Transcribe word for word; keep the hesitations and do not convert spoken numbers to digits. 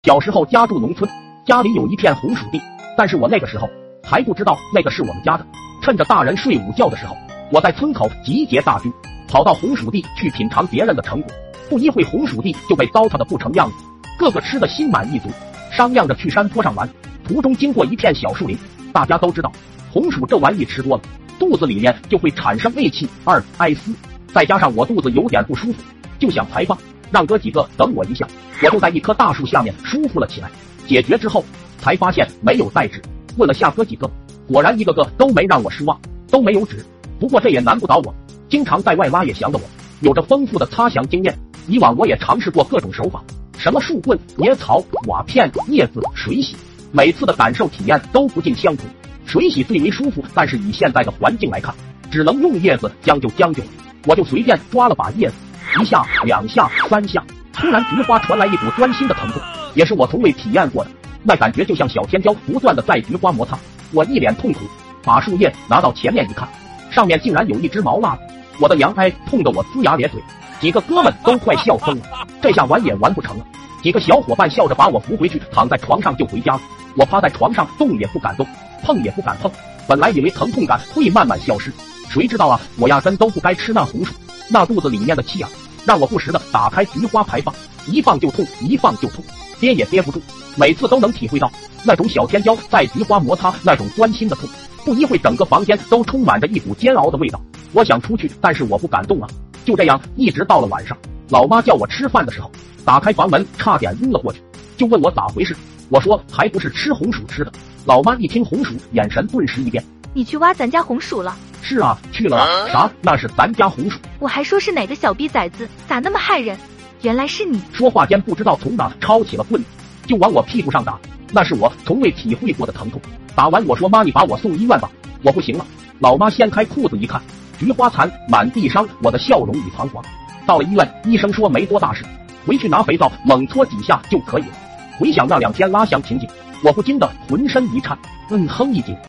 小时候家住农村，家里有一片红薯地，但是我那个时候还不知道那个是我们家的。趁着大人睡午觉的时候，我在村口集结大军，跑到红薯地去品尝别人的成果。不一会，红薯地就被糟蹋得不成样子，个个吃得心满意足，商量着去山坡上玩。途中经过一片小树林，大家都知道，红薯这玩意吃多了，肚子里面就会产生胃气、二艾斯，再加上我肚子有点不舒服，就想排放，让哥几个等我一下。我就在一棵大树下面舒服了起来。解决之后，才发现没有带纸，问了下哥几个，果然一个个都没让我失望，都没有纸。不过这也难不倒我，经常在外拉野翔的我，有着丰富的擦翔经验。以往我也尝试过各种手法，什么树棍、野草、瓦片、叶子、水洗，每次的感受体验都不尽相同。水洗最为舒服，但是以现在的环境来看，只能用叶子将就将就。我就随便抓了把叶子，一下、两下、三下，突然菊花传来一股钻心的疼痛，也是我从未体验过的。那感觉就像小天椒不断的在菊花摩擦。我一脸痛苦，把树叶拿到前面一看，上面竟然有一只毛蜡。我的娘哎，痛得我龇牙咧嘴，几个哥们都快笑疯了。这下玩也玩不成了，几个小伙伴笑着把我扶回去，躺在床上就回家了。我趴在床上动也不敢动，碰也不敢碰。本来以为疼痛感会慢慢消失，谁知道啊，我压根都不该吃那红薯，那肚子里面的气啊，让我不时的打开菊花排放，一放就痛，一放就痛，憋也憋不住。每次都能体会到那种小天椒在菊花摩擦那种钻心的痛。不一会，整个房间都充满着一股煎熬的味道。我想出去，但是我不敢动啊。就这样一直到了晚上，老妈叫我吃饭的时候，打开房门差点晕了过去，就问我咋回事。我说还不是吃红薯吃的。老妈一听红薯，眼神顿时一变。 你去挖咱家红薯了？ 是啊，去了啊。啥？那是咱家红薯？ 我还说是哪个小逼崽子，咋那么害人？原来是你。 说话间不知道从哪抄起了棍子，就往我屁股上打。那是我从未体会过的疼痛。打完我说妈，你把我送医院吧，我不行了。老妈掀开裤子一看，菊花残，满地伤，我的笑容与彷徨。到了医院，医生说没多大事，回去拿肥皂猛搓几下就可以了。回想那两天拉翔情景，我不禁的浑身一颤，嗯哼一紧。